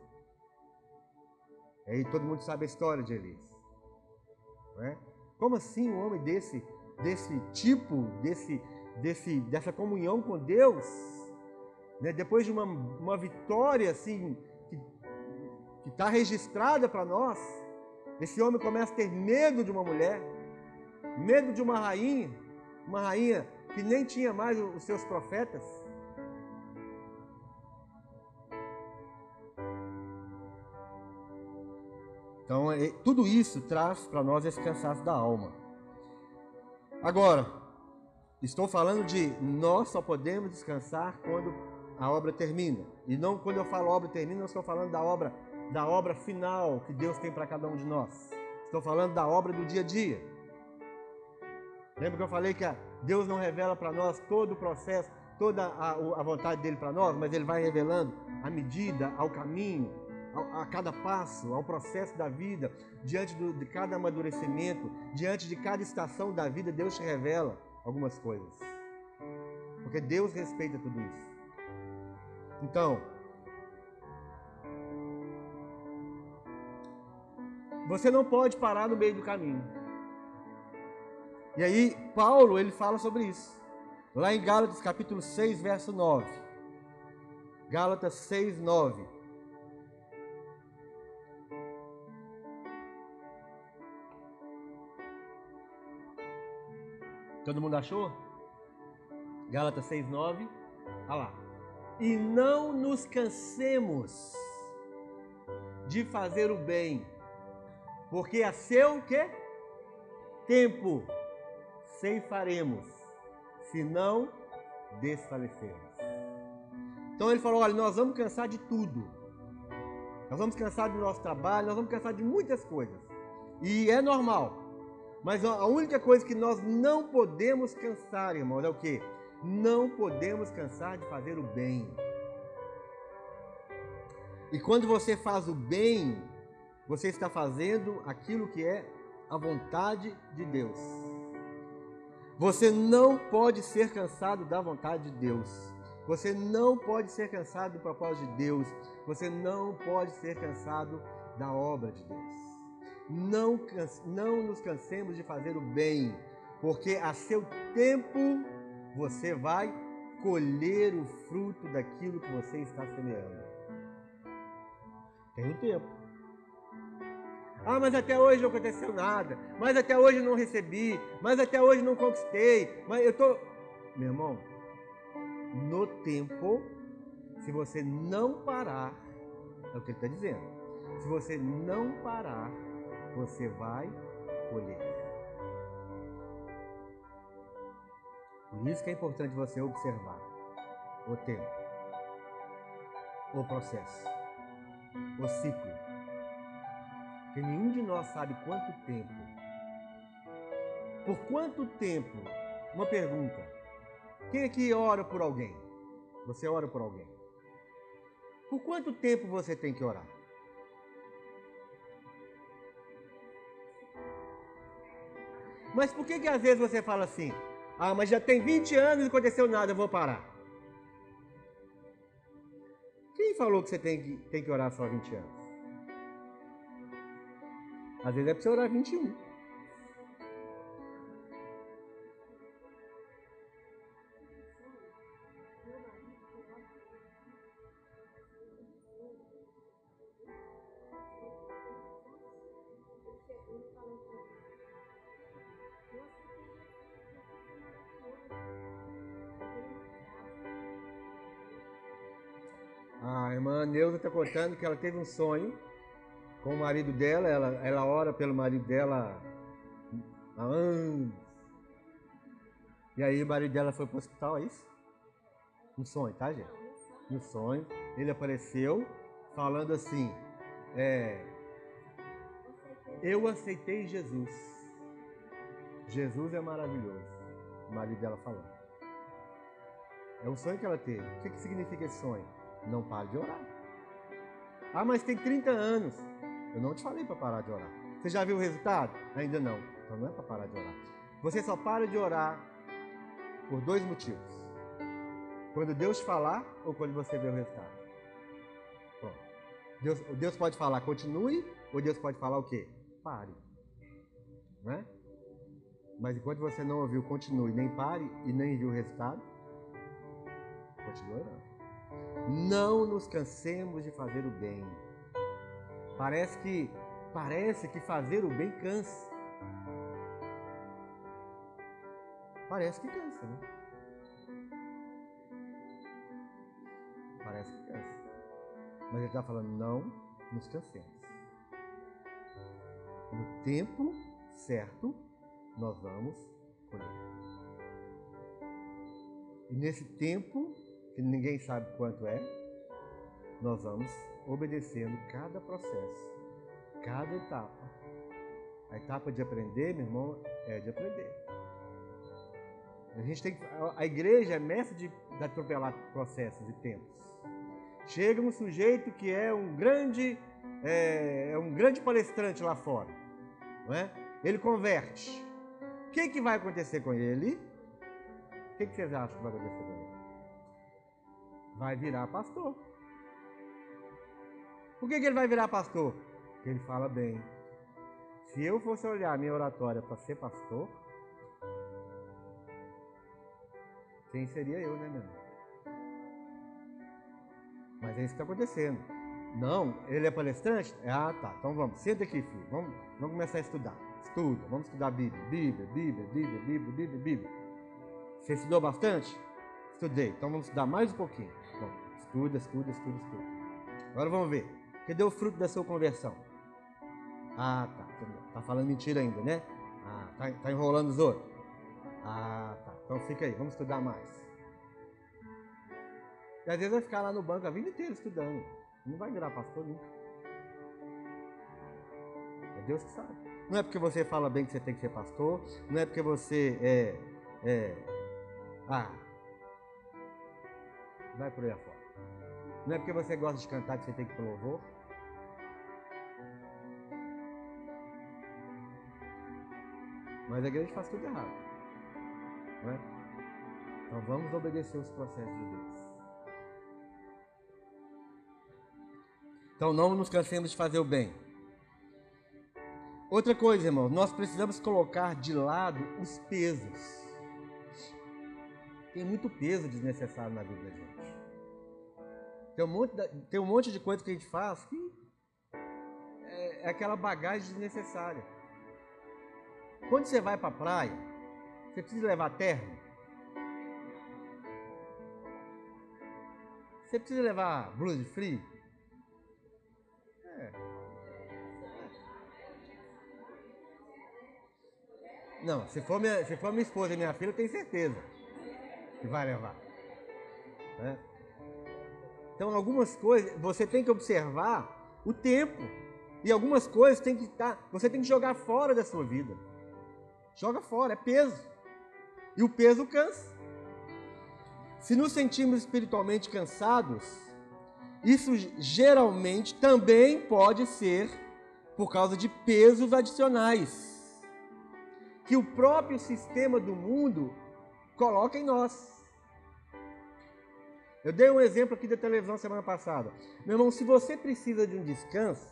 A: E aí todo mundo sabe a história de Elias. Não é? Como assim um homem desse tipo, dessa comunhão com Deus, né? Depois de uma vitória assim, que está registrada para nós, esse homem começa a ter medo de uma mulher, medo de uma rainha que nem tinha mais os seus profetas. Então, tudo isso traz para nós esse cansaço da alma. Agora, estou falando de nós só podemos descansar quando a obra termina. E não, quando eu falo obra termina, não estou falando da obra final que Deus tem para cada um de nós. Estou falando da obra do dia a dia. Lembra que eu falei que Deus não revela para nós todo o processo, toda a vontade dele para nós, mas ele vai revelando a medida, ao caminho, a cada passo, ao processo da vida, diante de cada amadurecimento, diante de cada estação da vida, Deus te revela algumas coisas. Porque Deus respeita tudo isso. Então, você não pode parar no meio do caminho. E aí, Paulo, ele fala sobre isso. Lá em Gálatas, capítulo 6, verso 9. Gálatas 6, 9. Todo mundo achou? Gálatas 6, 9. Olha lá. E não nos cansemos de fazer o bem, porque a seu quê? Tempo ceifaremos, se não desfalecermos. Então ele falou, olha, nós vamos cansar de tudo. Nós vamos cansar do nosso trabalho, nós vamos cansar de muitas coisas. E é normal. Mas a única coisa que nós não podemos cansar, irmãos, é o quê? Não podemos cansar de fazer o bem. E quando você faz o bem, você está fazendo aquilo que é a vontade de Deus. Você não pode ser cansado da vontade de Deus. Você não pode ser cansado do propósito de Deus. Você não pode ser cansado da obra de Deus. Não nos cansemos de fazer o bem, porque a seu tempo você vai colher o fruto daquilo que você está semeando. Tem um tempo. Ah, mas até hoje não aconteceu nada, mas até hoje não recebi, mas até hoje não conquistei, mas eu estou... Meu irmão, no tempo Se você não parar, é o que ele está dizendo. Se você não parar, você vai colher. Por isso que é importante você observar o tempo, o processo, o ciclo. Porque nenhum de nós sabe quanto tempo. Por quanto tempo? Uma pergunta. Quem aqui ora por alguém? Você ora por alguém? Por quanto tempo você tem que orar? Mas por que às vezes você fala assim, ah, mas já tem 20 anos e não aconteceu nada, eu vou parar? Quem falou que você tem que orar só 20 anos? Às vezes é para você orar 21. A irmã Neuza está contando que ela teve um sonho com o marido dela, ela ora pelo marido dela há anos. E aí o marido dela foi para o hospital, é isso? Um sonho, tá, gente? No sonho, ele apareceu falando assim, eu aceitei Jesus. Jesus é maravilhoso. O marido dela falou. É um sonho que ela teve. O que significa esse sonho? Não pare de orar. Ah, mas tem 30 anos. Eu não te falei para parar de orar. Você já viu o resultado? Ainda não. Então não é para parar de orar. Você só para de orar por 2 motivos. Quando Deus falar ou quando você vê o resultado. Bom, Deus pode falar continue ou Deus pode falar o quê? Pare. Não é? Mas enquanto você não ouviu continue, nem pare e nem viu o resultado, continue orando. Não nos cansemos de fazer o bem. Parece que fazer o bem cansa. Parece que cansa, né? Parece que cansa. Mas ele está falando, não nos cansemos. No tempo certo, nós vamos colher. E nesse tempo, que ninguém sabe quanto é, nós vamos obedecendo cada processo, cada etapa. A etapa de aprender, meu irmão, é de aprender. A igreja é mestre de atropelar processos e tempos. Chega um sujeito que é um grande palestrante lá fora, não é? Ele converte. O que vai acontecer com ele? O que vocês acham que vai acontecer com ele? Vai virar pastor. Por que ele vai virar pastor? Porque ele fala bem. Se eu fosse olhar a minha oratória para ser pastor, quem seria eu, né, meu irmão? Mas é isso que está acontecendo. Não, ele é palestrante? Ah, tá. Então vamos, senta aqui, filho. Vamos começar a estudar. Estuda, vamos estudar Bíblia. Bíblia. Você estudou bastante? Estudei. Então vamos estudar mais um pouquinho. Bom, estuda. Agora vamos ver. Cadê o fruto da sua conversão? Ah, tá. Tá falando mentira ainda, né? Ah, tá enrolando os outros. Ah, tá. Então fica aí, vamos estudar mais. E às vezes vai ficar lá no banco a vida inteira estudando. Não vai virar pastor nunca. É Deus que sabe. Não é porque você fala bem que você tem que ser pastor. Não é porque você vai por aí afora. Não é porque você gosta de cantar que você tem que ir pro louvor. Mas a igreja faz tudo errado. Não é? Então vamos obedecer os processos de Deus. Então não nos cansemos de fazer o bem. Outra coisa, irmãos, nós precisamos colocar de lado os pesos. Tem muito peso desnecessário na vida da gente. Tem um monte de coisa que a gente faz que é aquela bagagem desnecessária. Quando você vai para a praia, você precisa levar terno? Você precisa levar blusa de frio? Não, se for minha esposa e minha filha, eu tenho certeza que vai levar. Né? Então, algumas coisas, você tem que observar o tempo. E algumas coisas você tem que jogar fora da sua vida. Joga fora, é peso. E o peso cansa. Se nos sentimos espiritualmente cansados, isso geralmente também pode ser por causa de pesos adicionais que o próprio sistema do mundo coloca em nós. Eu dei um exemplo aqui da televisão semana passada. Meu irmão, se você precisa de um descanso,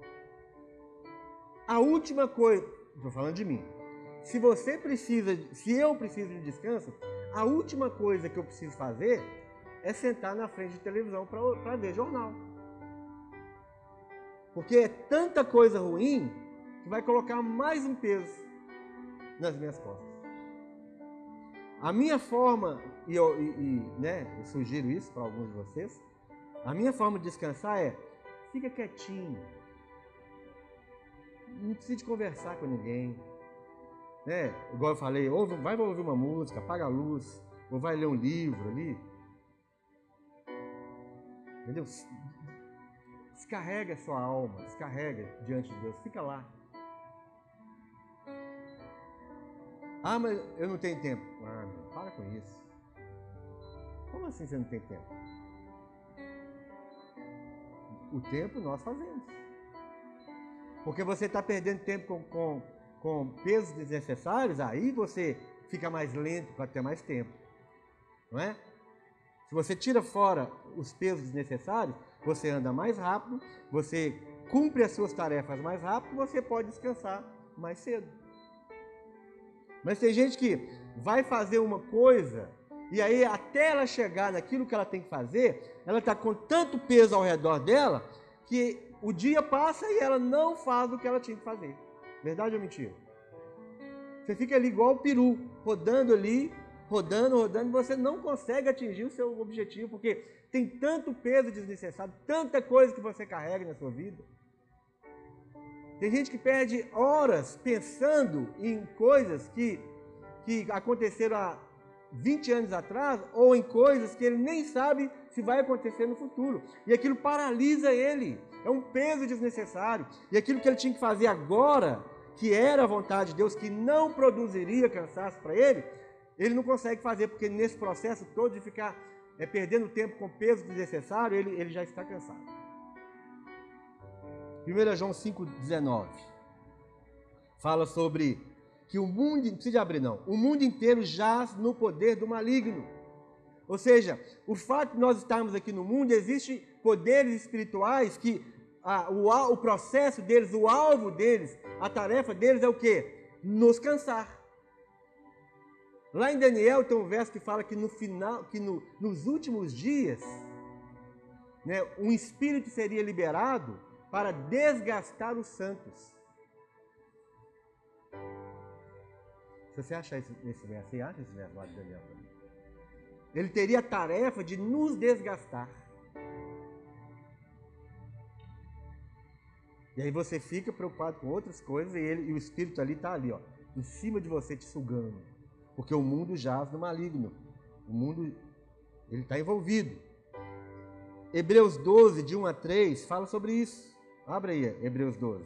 A: a última coisa, estou falando de mim, se eu preciso de um descanso, a última coisa que eu preciso fazer é sentar na frente de televisão para ver jornal. Porque é tanta coisa ruim que vai colocar mais um peso nas minhas costas. A minha forma, eu sugiro isso para alguns de vocês, a minha forma de descansar é, fica quietinho, não precisa de conversar com ninguém, né? Igual eu falei, vai ouvir uma música, apaga a luz, ou vai ler um livro ali, entendeu? Descarrega a sua alma, descarrega diante de Deus, fica lá. Ah, mas eu não tenho tempo. Ah, meu, para com isso. Como assim você não tem tempo? O tempo nós fazemos. Porque você está perdendo tempo com pesos desnecessários, aí você fica mais lento para ter mais tempo. Não é? Se você tira fora os pesos desnecessários, você anda mais rápido, você cumpre as suas tarefas mais rápido, você pode descansar mais cedo. Mas tem gente que vai fazer uma coisa e aí até ela chegar naquilo que ela tem que fazer, ela está com tanto peso ao redor dela que o dia passa e ela não faz o que ela tinha que fazer. Verdade ou mentira? Você fica ali igual o peru, rodando ali, rodando, e você não consegue atingir o seu objetivo, porque tem tanto peso desnecessário, tanta coisa que você carrega na sua vida. Tem gente que perde horas pensando em coisas que aconteceram há 20 anos atrás, ou em coisas que ele nem sabe se vai acontecer no futuro. E aquilo paralisa ele. É um peso desnecessário. E aquilo que ele tinha que fazer agora, que era a vontade de Deus, que não produziria cansaço para ele, ele não consegue fazer, porque nesse processo todo de ficar perdendo tempo com peso desnecessário, ele já está cansado. 1 João 5,19 fala sobre que o mundo, não precisa abrir não, o mundo inteiro jaz no poder do maligno. Ou seja, o fato de nós estarmos aqui no mundo, existem poderes espirituais que o processo deles, o alvo deles, a tarefa deles é o quê? Nos cansar. Lá em Daniel tem um verso que fala que no final, nos últimos dias, né, um espírito seria liberado para desgastar os santos. Se você achar esse verso, você acha esse verso lá de Daniel? Ele teria a tarefa de nos desgastar. E aí você fica preocupado com outras coisas e o espírito ali está ali, ó, em cima de você te sugando. Porque o mundo jaz no maligno. O mundo, ele está envolvido. Hebreus 12, de 1 a 3, fala sobre isso. Abre aí, Hebreus 12.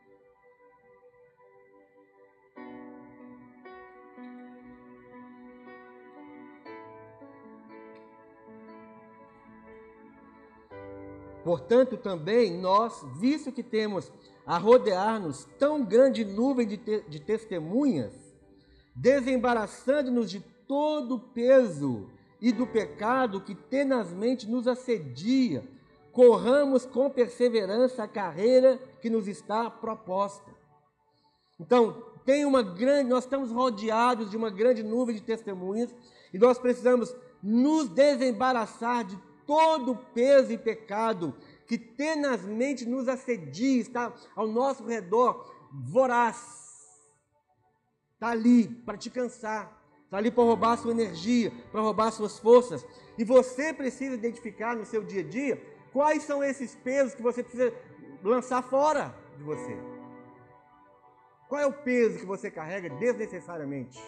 A: Portanto, também nós, visto que temos a rodear-nos tão grande nuvem de testemunhas, desembaraçando-nos de todo o peso e do pecado que tenazmente nos assedia, corramos com perseverança a carreira que nos está proposta. Então, nós estamos rodeados de uma grande nuvem de testemunhas e nós precisamos nos desembaraçar de todo o peso e pecado que tenazmente nos assedia, está ao nosso redor, voraz. Está ali para te cansar, Está ali para roubar a sua energia, para roubar as suas forças. E você precisa identificar no seu dia a dia quais são esses pesos que você precisa lançar fora de você. Qual é o peso que você carrega desnecessariamente?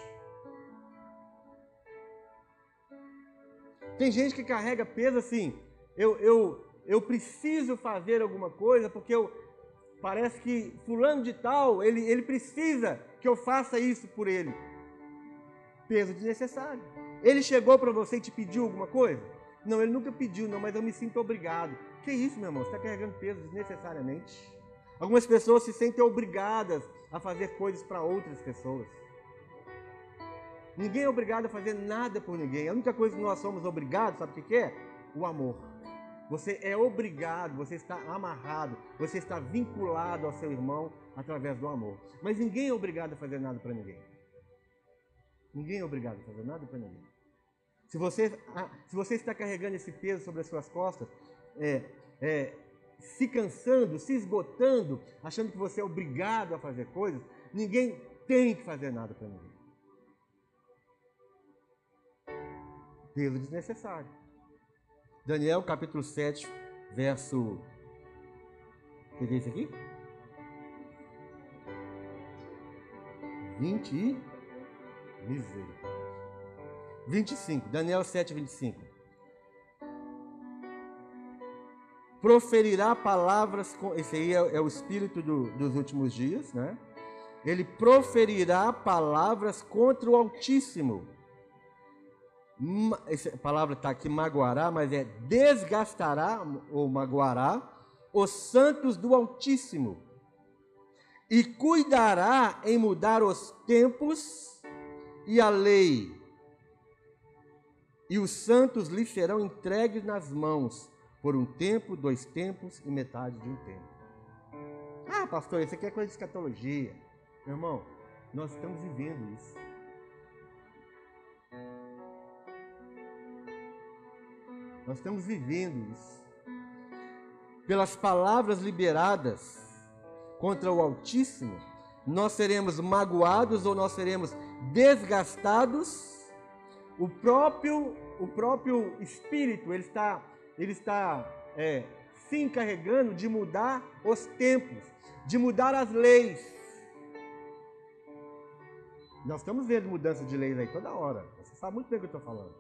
A: Tem gente que carrega peso assim, eu preciso fazer alguma coisa porque parece que fulano de tal, ele precisa que eu faça isso por ele. Peso desnecessário. Ele chegou para você e te pediu alguma coisa? Não, ele nunca pediu, não, mas eu me sinto obrigado. Que isso, meu irmão? Você está carregando peso desnecessariamente. Algumas pessoas se sentem obrigadas a fazer coisas para outras pessoas. Ninguém é obrigado a fazer nada por ninguém. A única coisa que nós somos obrigados, sabe o que é? O amor. Você é obrigado, você está amarrado, você está vinculado ao seu irmão através do amor. Mas ninguém é obrigado a fazer nada para ninguém. Ninguém é obrigado a fazer nada para ninguém. Se você está carregando esse peso sobre as suas costas, se cansando, se esgotando, achando que você é obrigado a fazer coisas, ninguém tem que fazer nada para ninguém. Peso desnecessário. Daniel capítulo 7, verso... O que é isso aqui? 20 e... Misericórdia. 25, Daniel 7, 25. Proferirá palavras, esse aí é o espírito dos últimos dias, né? Ele proferirá palavras contra o Altíssimo. Essa palavra está aqui, magoará, mas é desgastará ou magoará os santos do Altíssimo. E cuidará em mudar os tempos e a lei, e os santos lhe serão entregues nas mãos, por um tempo, 2 tempos e metade de um tempo. Ah, pastor, isso aqui é coisa de escatologia. Meu irmão, nós estamos vivendo isso. Nós estamos vivendo isso. Pelas palavras liberadas contra o Altíssimo, nós seremos magoados ou nós seremos desgastados. O próprio Espírito, ele está se encarregando de mudar os tempos, de mudar as leis. Nós estamos vendo mudança de leis aí toda hora. Você sabe muito bem o que eu estou falando.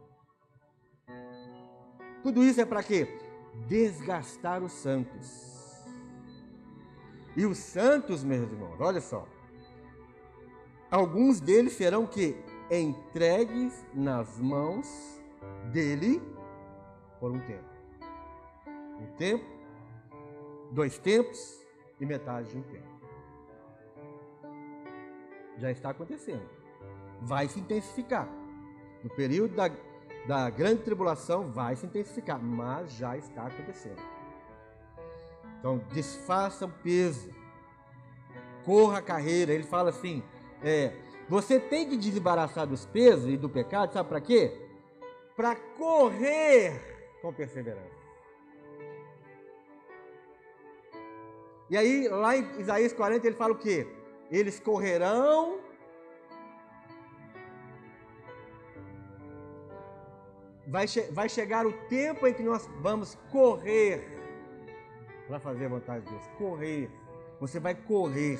A: Tudo isso é para quê? Desgastar os santos. E os santos, meus irmãos, olha só. Alguns deles serão que entregues nas mãos dele por um tempo. 1 tempo, 2 tempos e metade de um tempo. Já está acontecendo. Vai se intensificar. No período da grande tribulação vai se intensificar, mas já está acontecendo. Então, desfaça o peso. Corra a carreira. Ele fala assim, você tem que desembaraçar dos pesos e do pecado, sabe para quê? Para correr com perseverança. E aí, lá em Isaías 40, ele fala o quê? Eles correrão vai chegar o tempo em que nós vamos correr para fazer a vontade de Deus. Correr. Você vai correr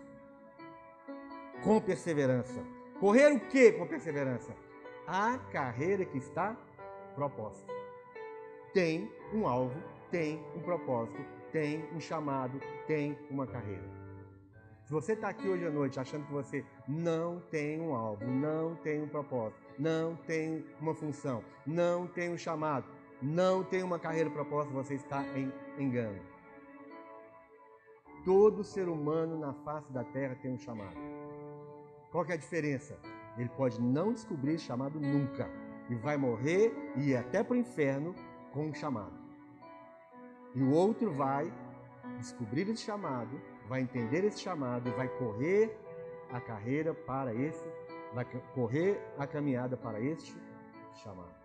A: com perseverança. Correr o que com perseverança? A carreira que está proposta. Tem um alvo, tem um propósito, tem um chamado, tem uma carreira. Se você está aqui hoje à noite achando que você não tem um alvo, não tem um propósito, não tem uma função, não tem um chamado, não tem uma carreira proposta, você está em engano. Todo ser humano na face da terra tem um chamado. Qual que é a diferença? Ele pode não descobrir esse chamado nunca e vai morrer e ir até para o inferno com um chamado. E o outro vai descobrir esse chamado, vai entender esse chamado e vai correr a carreira para esse, vai correr a caminhada para este chamado.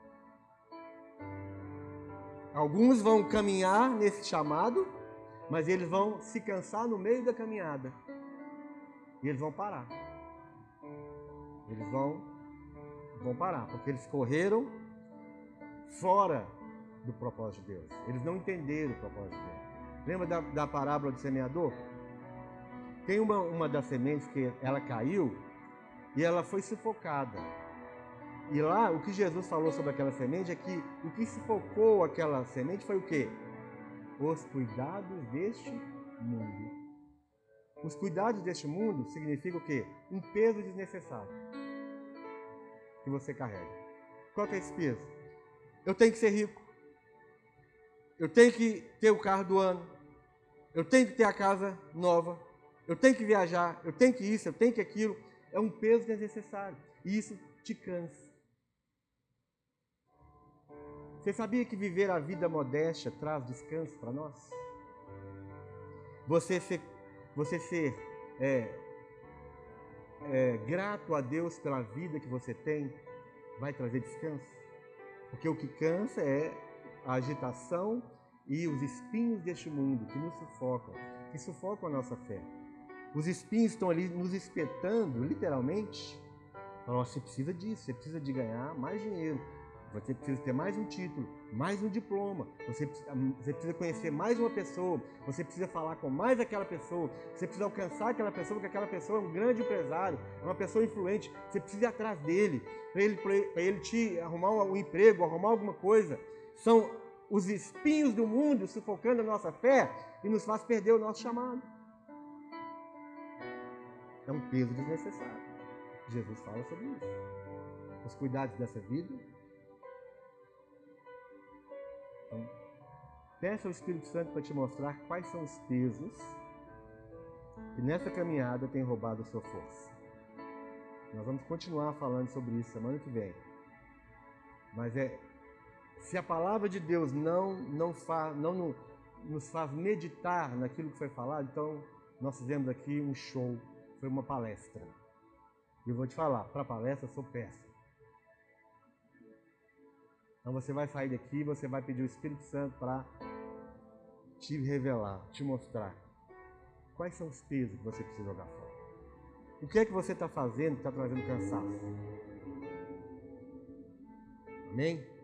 A: Alguns vão caminhar nesse chamado, mas eles vão se cansar no meio da caminhada e eles vão parar. Eles vão vão parar, porque eles correram fora do propósito de Deus. Eles não entenderam o propósito de Deus. Lembra da parábola do semeador? Tem uma das sementes que ela caiu e ela foi sufocada. E lá, o que Jesus falou sobre aquela semente é que o que sufocou aquela semente foi o quê? Os cuidados deste mundo. Os cuidados deste mundo significa o quê? Um peso desnecessário que você carrega. Qual que é esse peso? Eu tenho que ser rico. Eu tenho que ter o carro do ano. Eu tenho que ter a casa nova. Eu tenho que viajar. Eu tenho que isso, eu tenho que aquilo. É um peso desnecessário. E isso te cansa. Você sabia que viver a vida modéstia traz descanso para nós? Você ser grato a Deus pela vida que você tem vai trazer descanso? Porque o que cansa é a agitação e os espinhos deste mundo que nos sufocam, que sufocam a nossa fé. Os espinhos estão ali nos espetando, literalmente. Você precisa disso, você precisa de ganhar mais dinheiro. Você precisa ter mais um título, mais um diploma. Você precisa conhecer mais uma pessoa. Você precisa falar com mais aquela pessoa. Você precisa alcançar aquela pessoa, porque aquela pessoa é um grande empresário, é uma pessoa influente. Você precisa ir atrás dele, para ele te arrumar um emprego, arrumar alguma coisa. São os espinhos do mundo sufocando a nossa fé e nos faz perder o nosso chamado. É um peso desnecessário. Jesus fala sobre isso. Os cuidados dessa vida. Então, peça ao Espírito Santo para te mostrar quais são os pesos que nessa caminhada tem roubado a sua força. Nós vamos continuar falando sobre isso semana que vem. Mas se a palavra de Deus não nos faz meditar naquilo que foi falado, então nós fizemos aqui um show, foi uma palestra. E eu vou te falar, para palestra eu sou péssimo. Então você vai sair daqui e você vai pedir o Espírito Santo para te revelar, te mostrar quais são os pesos que você precisa jogar fora. O que é que você está fazendo que está trazendo cansaço? Amém?